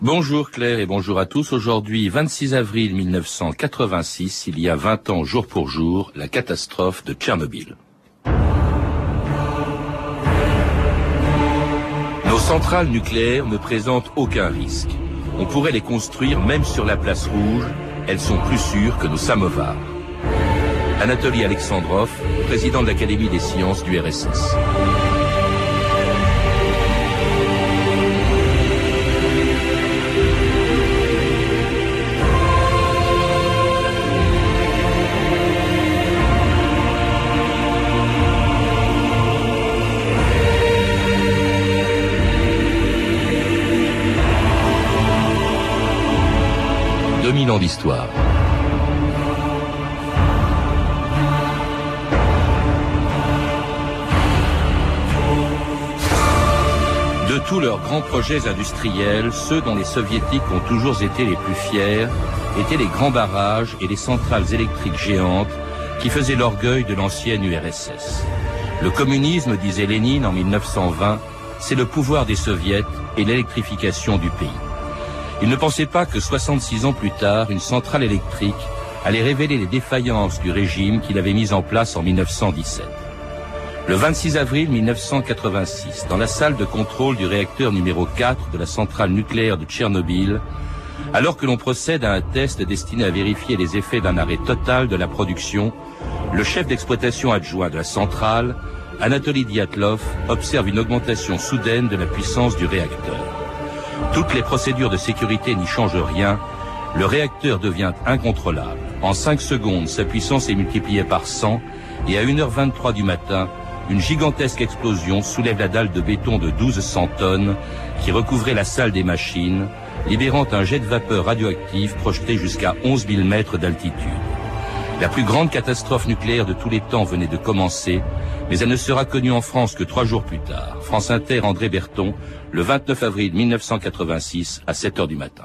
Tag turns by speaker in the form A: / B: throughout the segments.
A: Bonjour Claire et bonjour à tous. Aujourd'hui, 26 avril 1986, il y a 20 ans jour pour jour, la catastrophe de Tchernobyl. Nos centrales nucléaires ne présentent aucun risque. On pourrait les construire même sur la place rouge, elles sont plus sûres que nos samovars. Anatoly Alexandrov, président de l'Académie des sciences du RSS. Ans d'histoire. De tous leurs grands projets industriels, ceux dont les soviétiques ont toujours été les plus fiers étaient les grands barrages et les centrales électriques géantes qui faisaient l'orgueil de l'ancienne URSS. Le communisme, disait Lénine en 1920, c'est le pouvoir des soviets et l'électrification du pays. Il ne pensait pas que 66 ans plus tard, une centrale électrique allait révéler les défaillances du régime qu'il avait mis en place en 1917. Le 26 avril 1986, dans la salle de contrôle du réacteur numéro 4 de la centrale nucléaire de Tchernobyl, alors que l'on procède à un test destiné à vérifier les effets d'un arrêt total de la production, le chef d'exploitation adjoint de la centrale, Anatoly Dyatlov, observe une augmentation soudaine de la puissance du réacteur. Toutes les procédures de sécurité n'y changent rien. Le réacteur devient incontrôlable. En 5 secondes, sa puissance est multipliée par 100 et à 1h23 du matin, une gigantesque explosion soulève la dalle de béton de 1200 tonnes qui recouvrait la salle des machines, libérant un jet de vapeur radioactif projeté jusqu'à 11 000 mètres d'altitude. La plus grande catastrophe nucléaire de tous les temps venait de commencer, mais elle ne sera connue en France que 3 jours plus tard. France Inter, André Berton, le 29 avril 1986 à 7h du matin.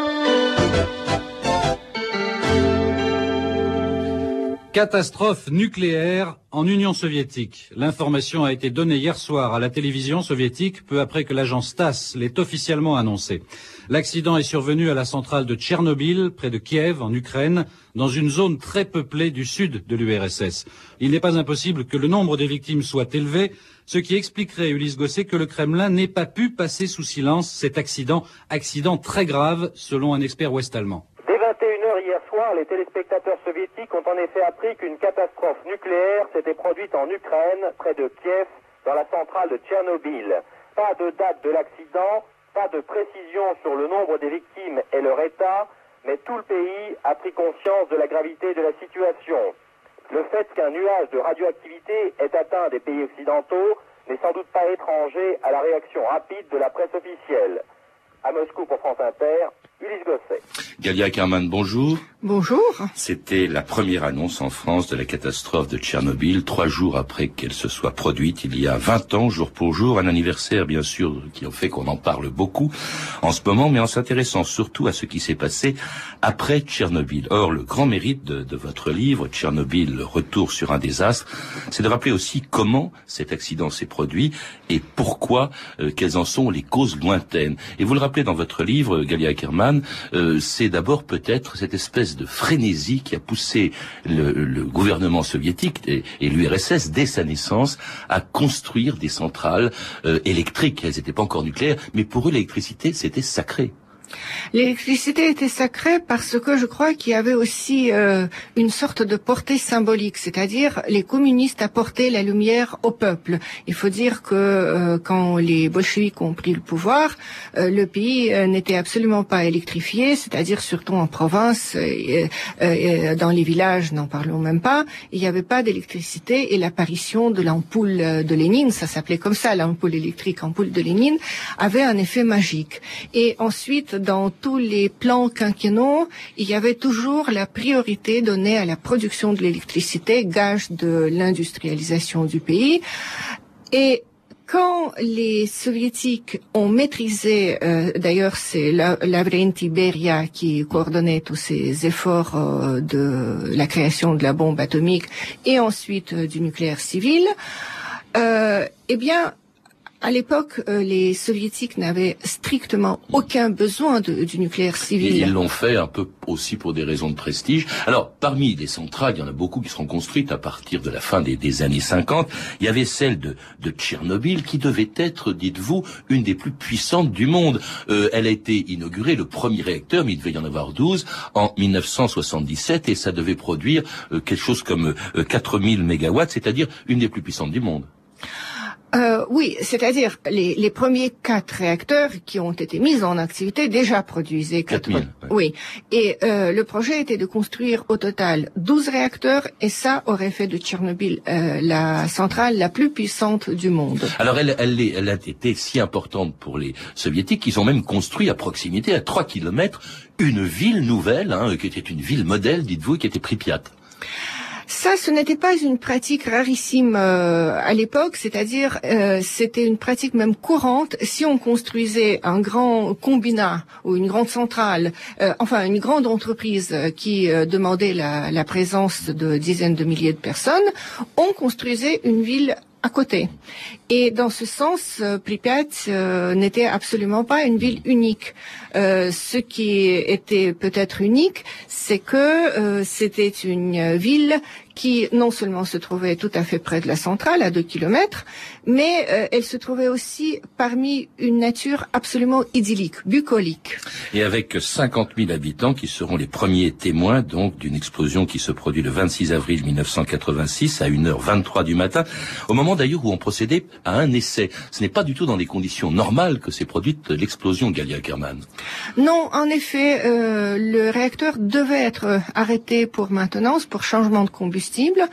B: Catastrophe nucléaire en Union soviétique. L'information a été donnée hier soir à la télévision soviétique, peu après que l'agence TASS l'ait officiellement annoncé. L'accident est survenu à la centrale de Tchernobyl, près de Kiev, en Ukraine, dans une zone très peuplée du sud de l'URSS. Il n'est pas impossible que le nombre des victimes soit élevé, ce qui expliquerait, Ulysse Gosset, que le Kremlin n'ait pas pu passer sous silence cet accident très grave, selon un expert ouest-allemand.
C: Dès 21h hier soir, les téléspectateurs soviétiques ont en effet appris qu'une catastrophe nucléaire s'était produite en Ukraine, près de Kiev, dans la centrale de Tchernobyl. Pas de date de l'accident, pas de précision sur le nombre des victimes et leur état, mais tout le pays a pris conscience de la gravité de la situation. Le fait qu'un nuage de radioactivité ait atteint des pays occidentaux n'est sans doute pas étranger à la réaction rapide de la presse officielle. À Moscou pour France Inter, Ulysse Gosset.
A: Galia Ackerman, bonjour.
D: Bonjour.
A: C'était la première annonce en France de la catastrophe de Tchernobyl, 3 jours après qu'elle se soit produite, il y a 20 ans, jour pour jour, un anniversaire bien sûr qui en fait qu'on en parle beaucoup en ce moment, mais en s'intéressant surtout à ce qui s'est passé après Tchernobyl. Or, le grand mérite de votre livre, Tchernobyl, le retour sur un désastre, c'est de rappeler aussi comment cet accident s'est produit et pourquoi, quelles en sont les causes lointaines. Et vous le rappelez dans votre livre, Galia Ackerman, c'est d'abord peut-être cette espèce de frénésie qui a poussé le gouvernement soviétique et l'URSS dès sa naissance à construire des centrales électriques. Elles n'étaient pas encore nucléaires, mais pour eux l'électricité c'était sacré.
D: L'électricité était sacrée parce que je crois qu'il y avait aussi une sorte de portée symbolique, c'est-à-dire les communistes apportaient la lumière au peuple. Il faut dire que quand les bolcheviks ont pris le pouvoir, le pays n'était absolument pas électrifié, c'est-à-dire surtout en province, dans les villages, n'en parlons même pas, il n'y avait pas d'électricité et l'apparition de l'ampoule de Lénine, ça s'appelait comme ça, l'ampoule électrique, ampoule de Lénine, avait un effet magique. Et ensuite, dans tous les plans quinquennaux, il y avait toujours la priorité donnée à la production de l'électricité, gage de l'industrialisation du pays. Et quand les soviétiques ont maîtrisé, d'ailleurs c'est Lavrenti Beria qui coordonnait tous ces efforts de la création de la bombe atomique et ensuite du nucléaire civil, eh bien à l'époque, les soviétiques n'avaient strictement aucun besoin du nucléaire civil.
E: Ils l'ont fait un peu aussi pour des raisons de prestige. Alors, parmi les centrales, il y en a beaucoup qui seront construites à partir de la fin des années 50. Il y avait celle de Tchernobyl qui devait être, dites-vous, une des plus puissantes du monde. Elle a été inaugurée, le premier réacteur, mais il devait y en avoir 12, en 1977, et ça devait produire quelque chose comme 4000 mégawatts, c'est-à-dire une des plus puissantes du monde.
D: Oui, c'est-à-dire les premiers 4 réacteurs qui ont été mis en activité déjà produisaient
E: 4000. Ouais.
D: Oui, et le projet était de construire au total 12 réacteurs, et ça aurait fait de Tchernobyl la centrale la plus puissante du monde.
E: Alors elle a été si importante pour les soviétiques qu'ils ont même construit à proximité, à 3 kilomètres, une ville nouvelle, qui était une ville modèle, dites-vous, qui était Pripyat.
D: Ça, ce n'était pas une pratique rarissime à l'époque, c'est-à-dire c'était une pratique même courante. Si on construisait un grand combinat ou une grande centrale, enfin une grande entreprise qui demandait la présence de dizaines de milliers de personnes, on construisait une ville à côté. Et dans ce sens, Pripyat n'était absolument pas une ville unique. Ce qui était peut-être unique, c'est que c'était une ville qui non seulement se trouvait tout à fait près de la centrale, à 2 kilomètres, mais elle se trouvait aussi parmi une nature absolument idyllique, bucolique.
E: Et avec 50 000 habitants qui seront les premiers témoins donc d'une explosion qui se produit le 26 avril 1986 à 1h23 du matin, au moment d'ailleurs où on procédait à un essai. Ce n'est pas du tout dans les conditions normales que s'est produite l'explosion, Galia Ackerman.
D: Non, en effet, le réacteur devait être arrêté pour maintenance, pour changement de combustible,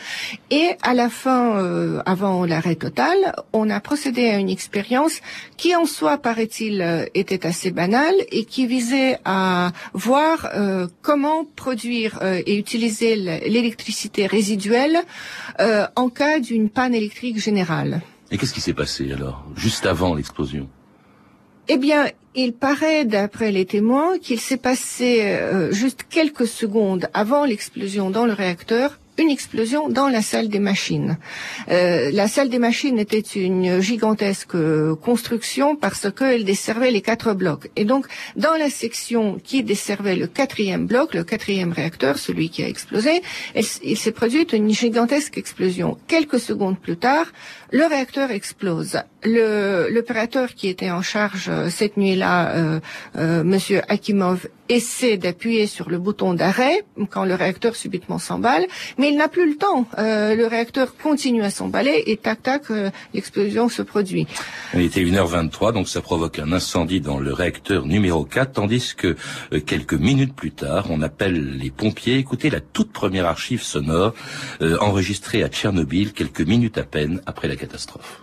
D: et à la fin, avant l'arrêt total, on a procédé à une expérience qui en soi, paraît-il, était assez banale et qui visait à voir comment produire et utiliser l'électricité résiduelle en cas d'une panne électrique générale.
E: Et qu'est-ce qui s'est passé alors, juste avant l'explosion ?
D: Eh bien, il paraît, d'après les témoins, qu'il s'est passé juste quelques secondes avant l'explosion dans le réacteur, une explosion dans la salle des machines. La salle des machines était une gigantesque construction parce qu'elle desservait les 4 blocs. Et donc, dans la section qui desservait le 4e bloc, le 4e réacteur, celui qui a explosé, il s'est produit une gigantesque explosion. Quelques secondes plus tard, le réacteur explose. L'opérateur qui était en charge cette nuit-là, Monsieur Akimov, essaie d'appuyer sur le bouton d'arrêt quand le réacteur subitement s'emballe, mais il n'a plus le temps. Le réacteur continue à s'emballer et tac, l'explosion se produit.
E: Il était 1h23, donc ça provoque un incendie dans le réacteur numéro 4, tandis que quelques minutes plus tard, on appelle les pompiers. Écoutez la toute première archive sonore enregistrée à Tchernobyl quelques minutes à peine après la catastrophe.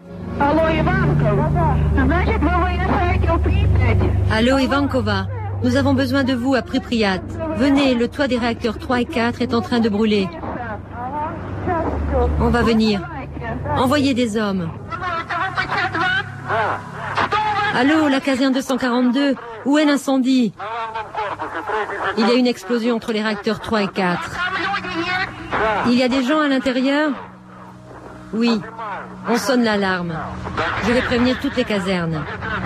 F: Allô Ivankova, nous avons besoin de vous à Pripyat. Venez, le toit des réacteurs 3 et 4 est en train de brûler. On va venir. Envoyez des hommes. Allô, la caserne 242, où est l'incendie? Il y a une explosion entre les réacteurs 3 et 4. Il y a des gens à l'intérieur? Oui. On sonne l'alarme. Je vais prévenir toutes les casernes.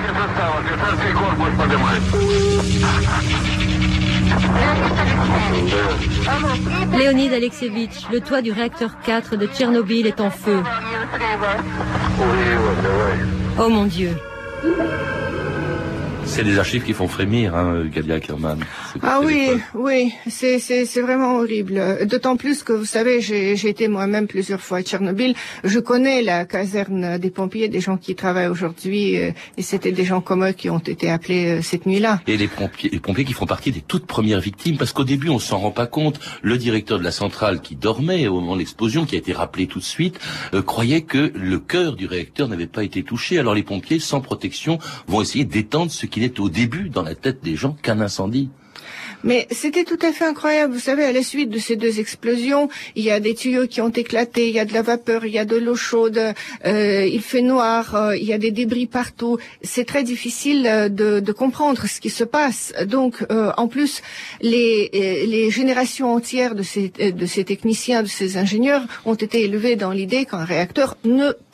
F: Leonid Alexeyevitch, le toit du réacteur 4 de Tchernobyl est en feu. Oh mon Dieu.
E: C'est des archives qui font frémir, Galia Ackerman.
D: Ah oui, c'est vraiment horrible. D'autant plus que, vous savez, j'ai été moi-même plusieurs fois à Tchernobyl. Je connais la caserne des pompiers, des gens qui travaillent aujourd'hui, et c'était des gens comme eux qui ont été appelés cette nuit-là.
E: Et les pompiers qui font partie des toutes premières victimes, parce qu'au début, on s'en rend pas compte. Le directeur de la centrale qui dormait au moment de l'explosion, qui a été rappelé tout de suite, croyait que le cœur du réacteur n'avait pas été touché. Alors les pompiers, sans protection, vont essayer d'éteindre ce qui n'est au début dans la tête des gens qu'un incendie.
D: Mais c'était tout à fait incroyable. Vous savez, à la suite de ces 2 explosions, il y a des tuyaux qui ont éclaté, il y a de la vapeur, il y a de l'eau chaude, il fait noir, il y a des débris partout. C'est très difficile de comprendre ce qui se passe. Donc, en plus, les générations entières de ces techniciens, de ces ingénieurs ont été élevés dans l'idée qu'un réacteur ne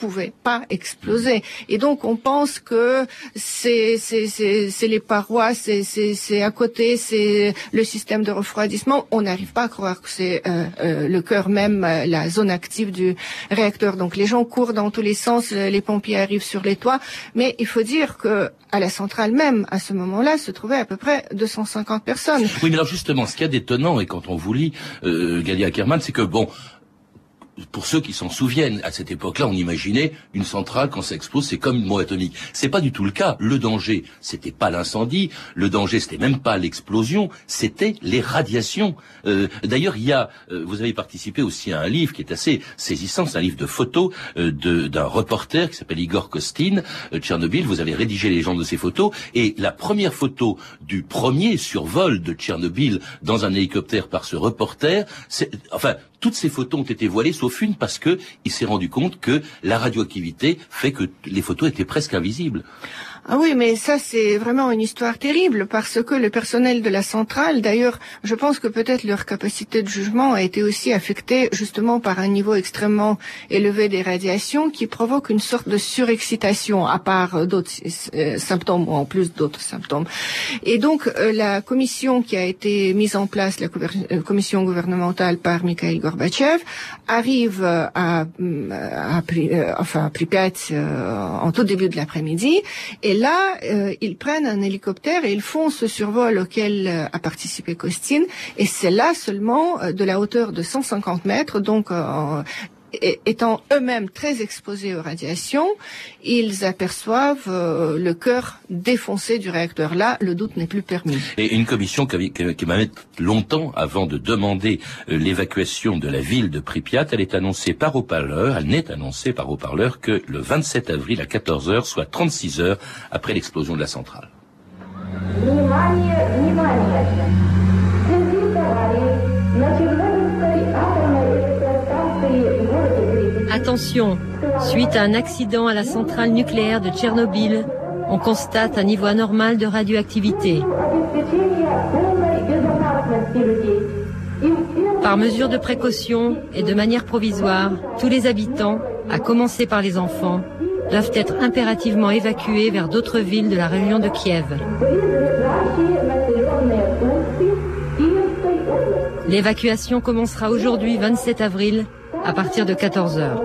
D: pouvait pas exploser. Et donc on pense que c'est les parois, c'est à côté, c'est le système de refroidissement. On n'arrive pas à croire que c'est le cœur même, la zone active du réacteur. Donc les gens courent dans tous les sens, les pompiers arrivent sur les toits, mais il faut dire que à la centrale même, à ce moment-là, se trouvaient à peu près 250 personnes.
E: Oui, mais alors justement, ce qu'il y a d'étonnant, et quand on vous lit, Galia Ackerman, c'est que bon, pour ceux qui s'en souviennent, à cette époque-là, on imaginait une centrale, quand ça explose, c'est comme une bombe atomique. C'est pas du tout le cas. Le danger, c'était pas l'incendie. Le danger, c'était même pas l'explosion. C'était les radiations. D'ailleurs, vous avez participé aussi à un livre qui est assez saisissant. C'est un livre de photos d'un reporter qui s'appelle Igor Kostin, Tchernobyl. Vous avez rédigé les légendes de ces photos. Et la première photo du premier survol de Tchernobyl dans un hélicoptère par ce reporter, toutes ces photos ont été voilées, sauf une, parce que il s'est rendu compte que la radioactivité fait que les photos étaient presque invisibles.
D: Ah oui, mais ça c'est vraiment une histoire terrible parce que le personnel de la centrale, d'ailleurs, je pense que peut-être leur capacité de jugement a été aussi affectée justement par un niveau extrêmement élevé des radiations qui provoque une sorte de surexcitation à part d'autres symptômes ou en plus d'autres symptômes. Et donc la commission qui a été mise en place, la commission gouvernementale par Mikhail Gorbatchev, arrive à Pripyat en tout début de l'après-midi. Et là, ils prennent un hélicoptère et ils font ce survol auquel a participé Kostin. Et c'est là seulement, de la hauteur de 150 mètres, donc étant eux-mêmes très exposés aux radiations, ils aperçoivent le cœur défoncé du réacteur. Là, le doute n'est plus permis.
E: Et une commission qui m'a mis longtemps avant de demander l'évacuation de la ville de Pripyat, elle n'est annoncée par haut-parleur que le 27 avril à 14h, soit 36 heures après l'explosion de la centrale.
F: Attention, suite à un accident à la centrale nucléaire de Tchernobyl, on constate un niveau anormal de radioactivité. Par mesure de précaution et de manière provisoire, tous les habitants, à commencer par les enfants, doivent être impérativement évacués vers d'autres villes de la région de Kiev. L'évacuation commencera aujourd'hui, 27 avril, à partir de 14h.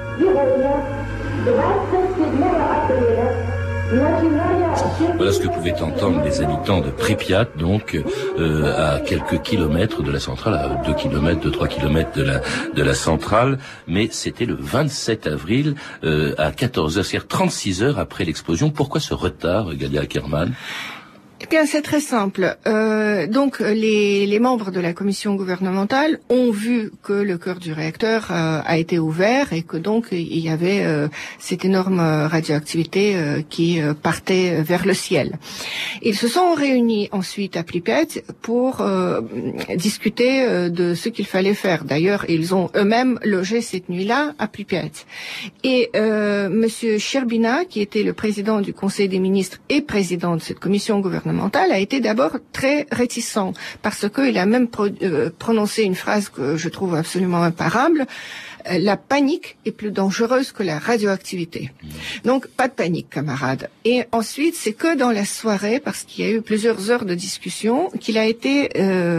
E: Voilà ce que pouvaient entendre les habitants de Pripyat, donc à quelques kilomètres de la centrale, à 2 kilomètres, 2-3 kilomètres de la centrale, mais c'était le 27 avril à 14h, c'est-à-dire 36 heures après l'explosion. Pourquoi ce retard, Galia Ackerman ?
D: Eh bien, c'est très simple. Donc, les membres de la commission gouvernementale ont vu que le cœur du réacteur a été ouvert et que donc il y avait cette énorme radioactivité qui partait vers le ciel. Ils se sont réunis ensuite à Pripyat pour discuter de ce qu'il fallait faire. D'ailleurs, ils ont eux-mêmes logé cette nuit-là à Pripyat. Et Monsieur Sherbina, qui était le président du Conseil des ministres et président de cette commission gouvernementale, a été d'abord très réticent parce qu'il a même prononcé une phrase que je trouve absolument imparable. La panique est plus dangereuse que la radioactivité. Donc, pas de panique, camarades. Et ensuite, c'est que dans la soirée, parce qu'il y a eu plusieurs heures de discussion, qu'il a été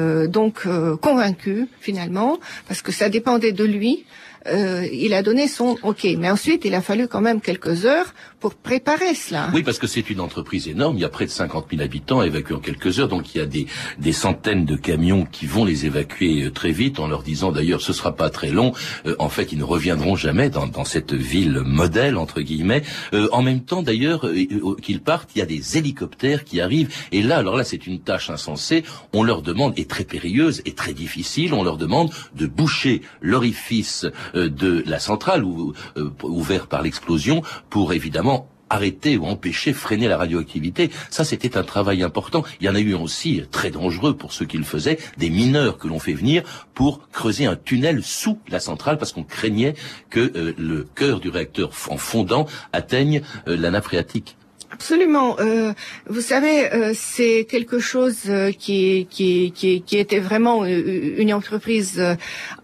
D: convaincu, finalement, parce que ça dépendait de lui. Il a donné son OK. Mais ensuite, il a fallu quand même quelques heures pour préparer cela.
E: Oui, parce que c'est une entreprise énorme. Il y a près de 50 000 habitants à évacuer en quelques heures. Donc, il y a des centaines de camions qui vont les évacuer très vite, en leur disant d'ailleurs, ce sera pas très long. En fait, ils ne reviendront jamais dans cette ville modèle, entre guillemets. En même temps, d'ailleurs, qu'ils partent, il y a des hélicoptères qui arrivent. Et là, alors là, c'est une tâche insensée. On leur demande, et très périlleuse et très difficile, on leur demande de boucher l'orifice de la centrale ouvert par l'explosion pour évidemment arrêter ou empêcher, freiner la radioactivité. Ça, c'était un travail important. Il y en a eu aussi, très dangereux pour ceux qui le faisaient, des mineurs que l'on fait venir pour creuser un tunnel sous la centrale parce qu'on craignait que le cœur du réacteur en fondant atteigne la nappe phréatique.
D: Absolument. Vous savez, c'est quelque chose qui était vraiment une entreprise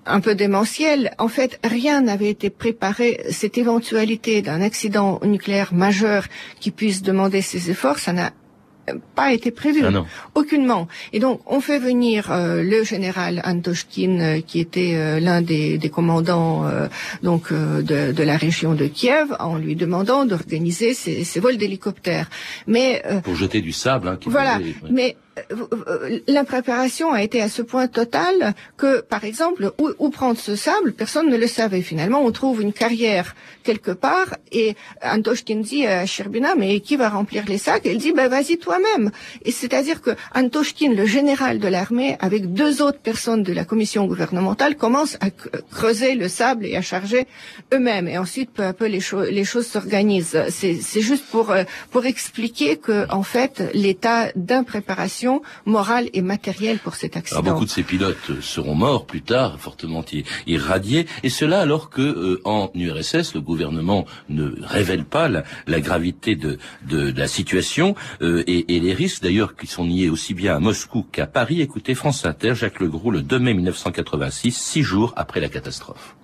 D: un peu démentiel. En fait, rien n'avait été préparé. Cette éventualité d'un accident nucléaire majeur qui puisse demander ces efforts, ça n'a pas été prévu, aucunement. Et donc, on fait venir le général Antochkin, qui était l'un des commandants de la région de Kiev, en lui demandant d'organiser ces vols d'hélicoptères. Mais
E: pour jeter du sable,
D: voilà. Mais l'impréparation a été à ce point totale que, par exemple, où prendre ce sable, personne ne le savait. Finalement, on trouve une carrière quelque part et Antochkin dit à Sherbina, mais qui va remplir les sacs? Elle dit, vas-y toi-même. Et c'est-à-dire que Antochkin, le général de l'armée, avec 2 autres personnes de la commission gouvernementale, commencent à creuser le sable et à charger eux-mêmes. Et ensuite, peu à peu, les choses s'organisent. C'est juste pour expliquer que, en fait, l'état d'impréparation morale et matérielle pour cet accident.
E: Alors, beaucoup de ces pilotes seront morts plus tard, fortement irradiés, et cela alors que en URSS, le gouvernement ne révèle pas la gravité de la situation et les risques d'ailleurs qui sont niés aussi bien à Moscou qu'à Paris. Écoutez France Inter, Jacques Legroux, le 2 mai 1986, 6 jours après la catastrophe.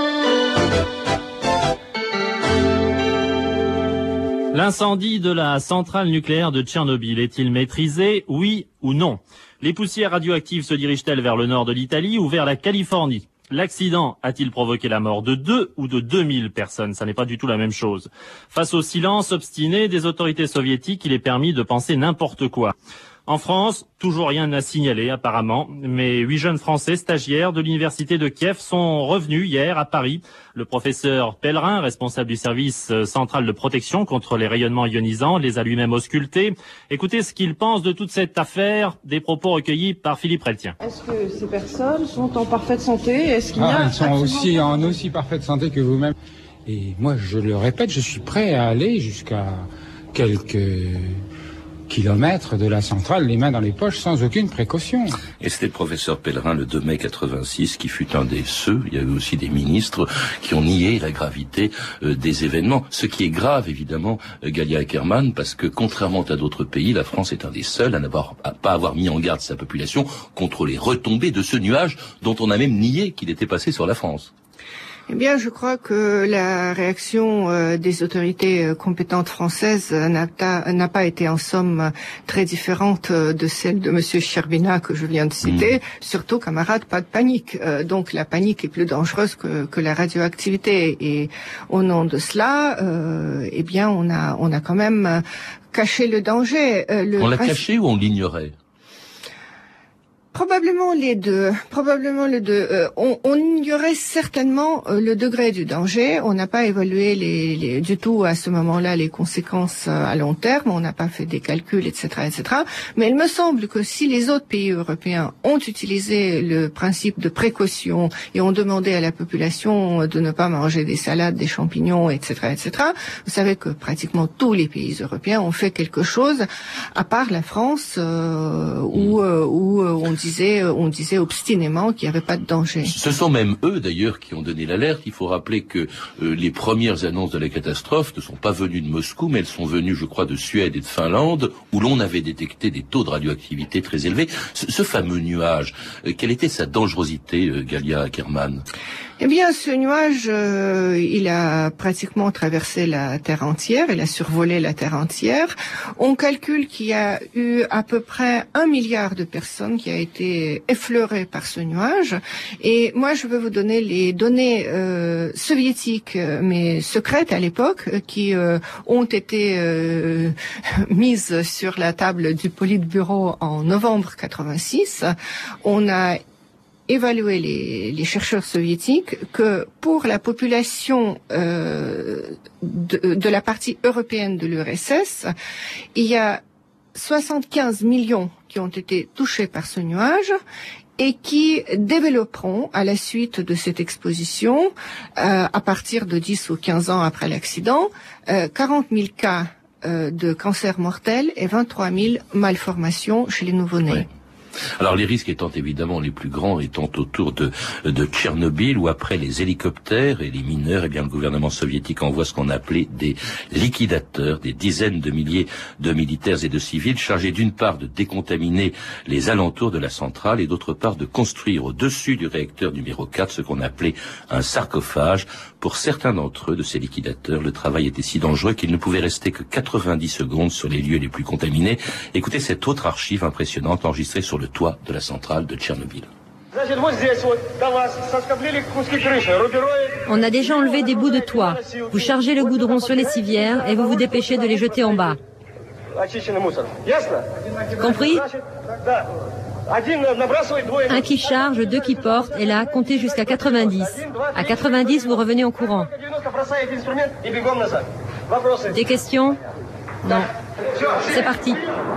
G: L'incendie de la centrale nucléaire de Tchernobyl est-il maîtrisé, oui ou non? Les poussières radioactives se dirigent-elles vers le nord de l'Italie ou vers la Californie? L'accident a-t-il provoqué la mort de 2 ou de 2000 personnes? Ça n'est pas du tout la même chose. Face au silence obstiné des autorités soviétiques, il est permis de penser n'importe quoi. En France, toujours rien à signaler apparemment, mais 8 jeunes Français stagiaires de l'université de Kiev sont revenus hier à Paris. Le professeur Pellerin, responsable du service central de protection contre les rayonnements ionisants, les a lui-même auscultés. Écoutez ce qu'il pense de toute cette affaire, des propos recueillis par Philippe Reltien.
H: Est-ce que ces personnes sont en parfaite santé? Est-ce qu'il y a
I: elles sont aussi en aussi parfaite santé que vous-même. Et moi, je le répète, je suis prêt à aller jusqu'à quelques kilomètres de la centrale, les mains dans les poches, sans aucune précaution.
E: Et c'était le professeur Pellerin, le 2 mai 86, qui fut un des ceux, il y a eu aussi des ministres, qui ont nié la gravité des événements. Ce qui est grave, évidemment, Galia Ackerman, parce que, contrairement à d'autres pays, la France est un des seuls à pas avoir mis en garde sa population contre les retombées de ce nuage dont on a même nié qu'il était passé sur la France.
D: Eh bien, je crois que la réaction des autorités compétentes françaises n'a pas été en somme très différente de celle de Monsieur Sherbina que je viens de citer. Surtout, camarades, pas de panique. Donc, la panique est plus dangereuse que la radioactivité. Et au nom de cela, eh bien, on a quand même caché le danger.
E: On l'a caché ou on l'ignorait?
D: Probablement les deux. On ignorait certainement le degré du danger. On n'a pas évalué du tout à ce moment-là les conséquences à long terme. On n'a pas fait des calculs, etc., etc. Mais il me semble que si les autres pays européens ont utilisé le principe de précaution et ont demandé à la population de ne pas manger des salades, des champignons, etc., etc., vous savez que pratiquement tous les pays européens ont fait quelque chose, à part la France, où on disait obstinément qu'il n'y avait pas de danger.
E: Ce sont même eux, d'ailleurs, qui ont donné l'alerte. Il faut rappeler que les premières annonces de la catastrophe ne sont pas venues de Moscou, mais elles sont venues, je crois, de Suède et de Finlande, où l'on avait détecté des taux de radioactivité très élevés. Ce fameux nuage, quelle était sa dangerosité, Galia Ackerman?
D: Eh bien, ce nuage, il a pratiquement traversé la Terre entière, il a survolé la Terre entière. On calcule qu'il y a eu à peu près 1 milliard de personnes qui a été effleurées par ce nuage. Et moi, je vais vous donner les données soviétiques, mais secrètes à l'époque, qui ont été mises sur la table du Politburo en novembre 86. On a évaluer les chercheurs soviétiques que pour la population de la partie européenne de l'URSS, il y a 75 millions qui ont été touchés par ce nuage et qui développeront à la suite de cette exposition, à partir de 10 ou 15 ans après l'accident, 40 000 cas de cancer mortel et 23 000 malformations chez les nouveau-nés.
E: Ouais. Alors les risques étant évidemment les plus grands étant autour de Tchernobyl, où après les hélicoptères et les mineurs, eh bien le gouvernement soviétique envoie ce qu'on appelait des liquidateurs, des dizaines de milliers de militaires et de civils chargés d'une part de décontaminer les alentours de la centrale et d'autre part de construire au-dessus du réacteur numéro 4 ce qu'on appelait un sarcophage. Pour certains d'entre eux, de ces liquidateurs, le travail était si dangereux qu'il ne pouvait rester que 90 secondes sur les lieux les plus contaminés. Écoutez cette autre archive impressionnante enregistrée sur le toit de la centrale de Tchernobyl.
F: On a déjà enlevé des bouts de toit. Vous chargez le goudron sur les civières et vous vous dépêchez de les jeter en bas. Compris? Un qui charge, deux qui portent, et là, comptez jusqu'à 90. À 90, vous revenez en courant. Des questions? Non. C'est parti.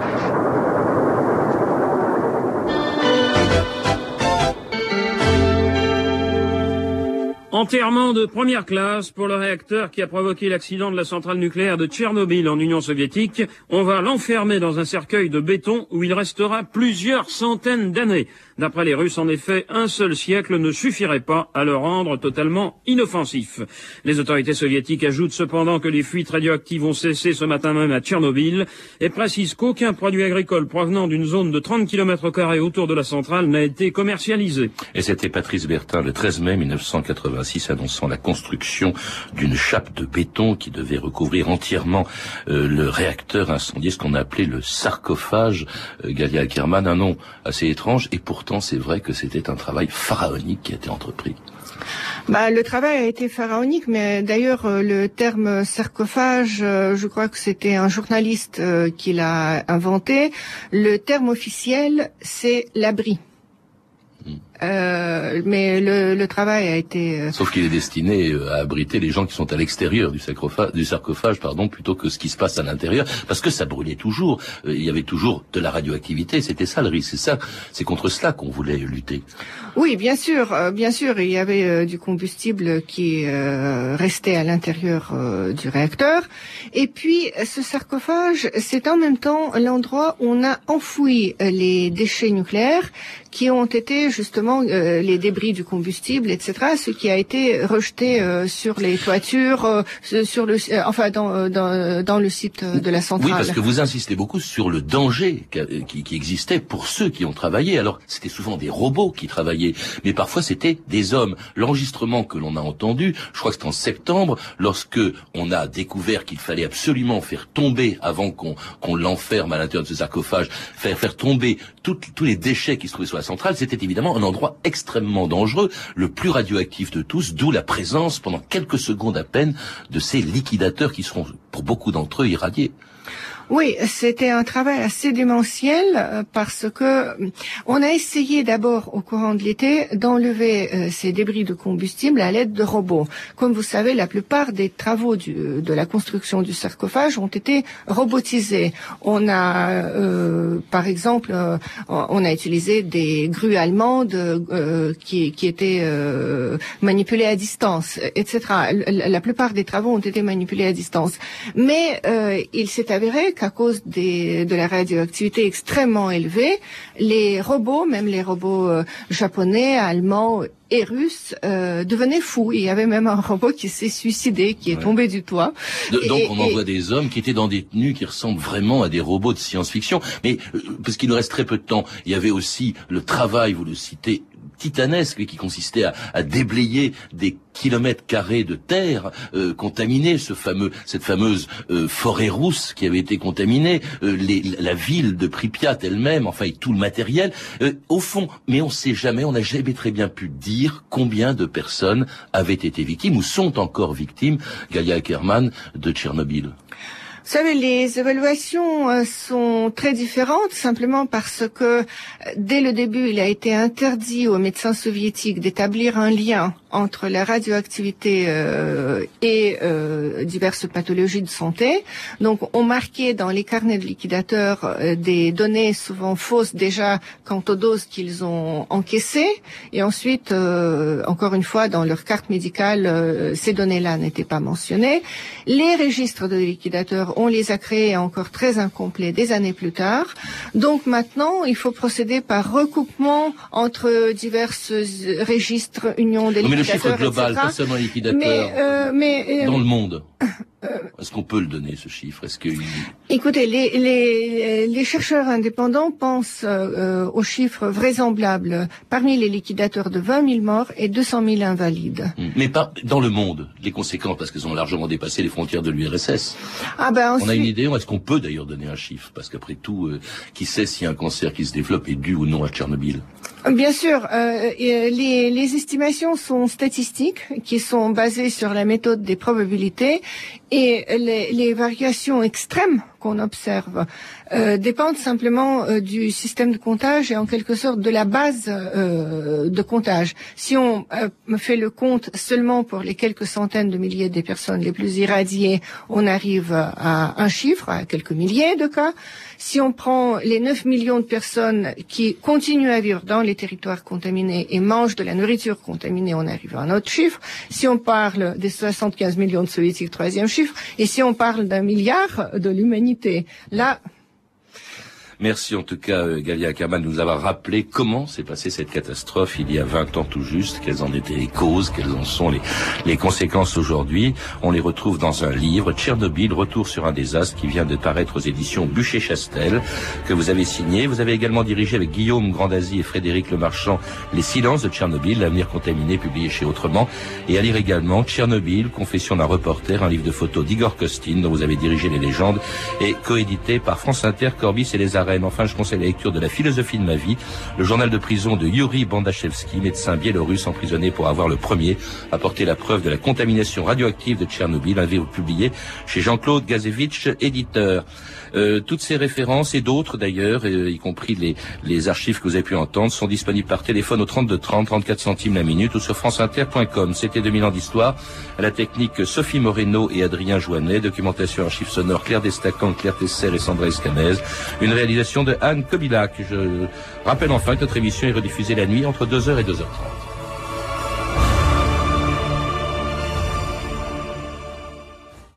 J: Enterrement de première classe pour le réacteur qui a provoqué l'accident de la centrale nucléaire de Tchernobyl en Union soviétique. On va l'enfermer dans un cercueil de béton où il restera plusieurs centaines d'années. D'après les Russes, en effet, un seul siècle ne suffirait pas à le rendre totalement inoffensif. Les autorités soviétiques ajoutent cependant que les fuites radioactives ont cessé ce matin même à Tchernobyl et précisent qu'aucun produit agricole provenant d'une zone de 30 km² autour de la centrale n'a été commercialisé.
E: Et c'était Patrice Bertin le 13 mai 1986 annonçant la construction d'une chape de béton qui devait recouvrir entièrement le réacteur incendié, ce qu'on appelait le sarcophage. Galia Ackerman, un nom assez étrange, et pourtant c'est vrai que c'était un travail pharaonique qui a été entrepris.
D: Le travail a été pharaonique, mais d'ailleurs le terme sarcophage, je crois que c'était un journaliste qui l'a inventé. Le terme officiel, c'est l'abri. Mais le travail a été...
E: Sauf qu'il est destiné à abriter les gens qui sont à l'extérieur du sarcophage, plutôt que ce qui se passe à l'intérieur, parce que ça brûlait toujours. Il y avait toujours de la radioactivité. C'était ça le risque. C'est contre cela qu'on voulait lutter.
D: Oui, bien sûr. Il y avait du combustible qui restait à l'intérieur du réacteur. Et puis, ce sarcophage, c'est en même temps l'endroit où on a enfoui les déchets nucléaires qui ont été justement les débris du combustible, etc., ce qui a été rejeté sur les toitures, dans le site de la centrale.
E: Oui, parce que vous insistez beaucoup sur le danger qui existait pour ceux qui ont travaillé. Alors, c'était souvent des robots qui travaillaient, mais parfois c'était des hommes. L'enregistrement que l'on a entendu, je crois que c'était en septembre, lorsque on a découvert qu'il fallait absolument faire tomber, avant qu'on l'enferme à l'intérieur de ce sarcophage, faire tomber tous les déchets qui se trouvaient sur la centrale, c'était évidemment un endroit extrêmement dangereux, le plus radioactif de tous, d'où la présence pendant quelques secondes à peine de ces liquidateurs qui seront pour beaucoup d'entre eux irradiés.
D: Oui, c'était un travail assez démentiel parce que on a essayé d'abord au courant de l'été d'enlever ces débris de combustible à l'aide de robots. Comme vous savez, la plupart des travaux de la construction du sarcophage ont été robotisés. On a, par exemple, on a utilisé des grues allemandes qui étaient manipulées à distance, etc. La plupart des travaux ont été manipulés à distance. Mais il s'est avéré qu'à cause de la radioactivité extrêmement élevée, les robots, même les robots japonais, allemands et russes, devenaient fous. Il y avait même un robot qui s'est suicidé, qui est tombé du toit.
E: Donc on envoie des hommes qui étaient dans des tenues qui ressemblent vraiment à des robots de science-fiction. Mais parce qu'il nous reste très peu de temps, il y avait aussi le travail, vous le citez, titanesque, qui consistait à déblayer des kilomètres carrés de terre contaminée, cette fameuse forêt rousse qui avait été contaminée, la ville de Pripyat elle-même, enfin, et tout le matériel. Au fond, mais on n'a jamais très bien pu dire combien de personnes avaient été victimes ou sont encore victimes, Galia Ackerman, de Tchernobyl.
D: Vous savez, les évaluations sont très différentes, simplement parce que dès le début, il a été interdit aux médecins soviétiques d'établir un lien entre la radioactivité et diverses pathologies de santé. Donc, on marquait dans les carnets de liquidateurs des données souvent fausses déjà quant aux doses qu'ils ont encaissées. Et ensuite, encore une fois, dans leur carte médicale, ces données-là n'étaient pas mentionnées. Les registres de liquidateurs on les a créés encore très incomplets des années plus tard. Donc maintenant, il faut procéder par recoupement entre diverses registres, unions des liquidateurs,
E: mais le chiffre global,
D: etc.
E: pas seulement les liquidateurs, dans le monde. Est-ce qu'on peut le donner, ce chiffre?
D: Écoutez, les chercheurs indépendants pensent aux chiffres vraisemblables parmi les liquidateurs de 20 000 morts et 200 000 invalides.
E: Mais pas dans le monde, les conséquences, parce qu'elles ont largement dépassé les frontières de l'URSS.
D: Ensuite...
E: On a une idée, est-ce qu'on peut d'ailleurs donner un chiffre? Parce qu'après tout, qui sait si un cancer qui se développe est dû ou non à Tchernobyl?
D: Bien sûr, les estimations sont statistiques, qui sont basées sur la méthode des probabilités, et les variations extrêmes qu'on observe dépendent simplement du système de comptage et en quelque sorte de la base de comptage. Si on fait le compte seulement pour les quelques centaines de milliers des personnes les plus irradiées, on arrive à un chiffre, à quelques milliers de cas. Si on prend les 9 millions de personnes qui continuent à vivre dans les territoires contaminés et mangent de la nourriture contaminée, on arrive à un autre chiffre. Si on parle des 75 millions de soviétiques, troisième chiffre. Et si on parle d'1 milliard de l'humanité, là...
E: Merci en tout cas, Galia Ackerman, de nous avoir rappelé comment s'est passée cette catastrophe il y a 20 ans tout juste, quelles en étaient les causes, quelles en sont les conséquences aujourd'hui. On les retrouve dans un livre, Tchernobyl, Retour sur un désastre, qui vient de paraître aux éditions Buchet-Chastel, que vous avez signé. Vous avez également dirigé avec Guillaume Grandazzi et Frédéric Lemarchand Les silences de Tchernobyl, l'avenir contaminé, publié chez Autrement. Et à lire également Tchernobyl, Confession d'un reporter, un livre de photos d'Igor Kostin, dont vous avez dirigé les légendes, et coédité par France Inter, Corbis et les Arènes. Enfin, je conseille la lecture de La philosophie de ma vie, le journal de prison de Yuri Bandachevski, médecin biélorusse emprisonné pour avoir le premier apporté la preuve de la contamination radioactive de Tchernobyl, un livre publié chez Jean-Claude Gazevitch, éditeur. Toutes ces références et d'autres d'ailleurs, y compris les archives que vous avez pu entendre, sont disponibles par téléphone au 32 30, 34 centimes la minute ou sur franceinter.com. C'était 2000 ans d'histoire. À la technique, Sophie Moreno et Adrien Joannet. Documentation archives sonores, Claire Destacan, Claire Tesser et Sandra Escanez. Une réalisation de Anne Kobilac. Je rappelle enfin que notre émission est rediffusée la nuit entre 2h et 2h30.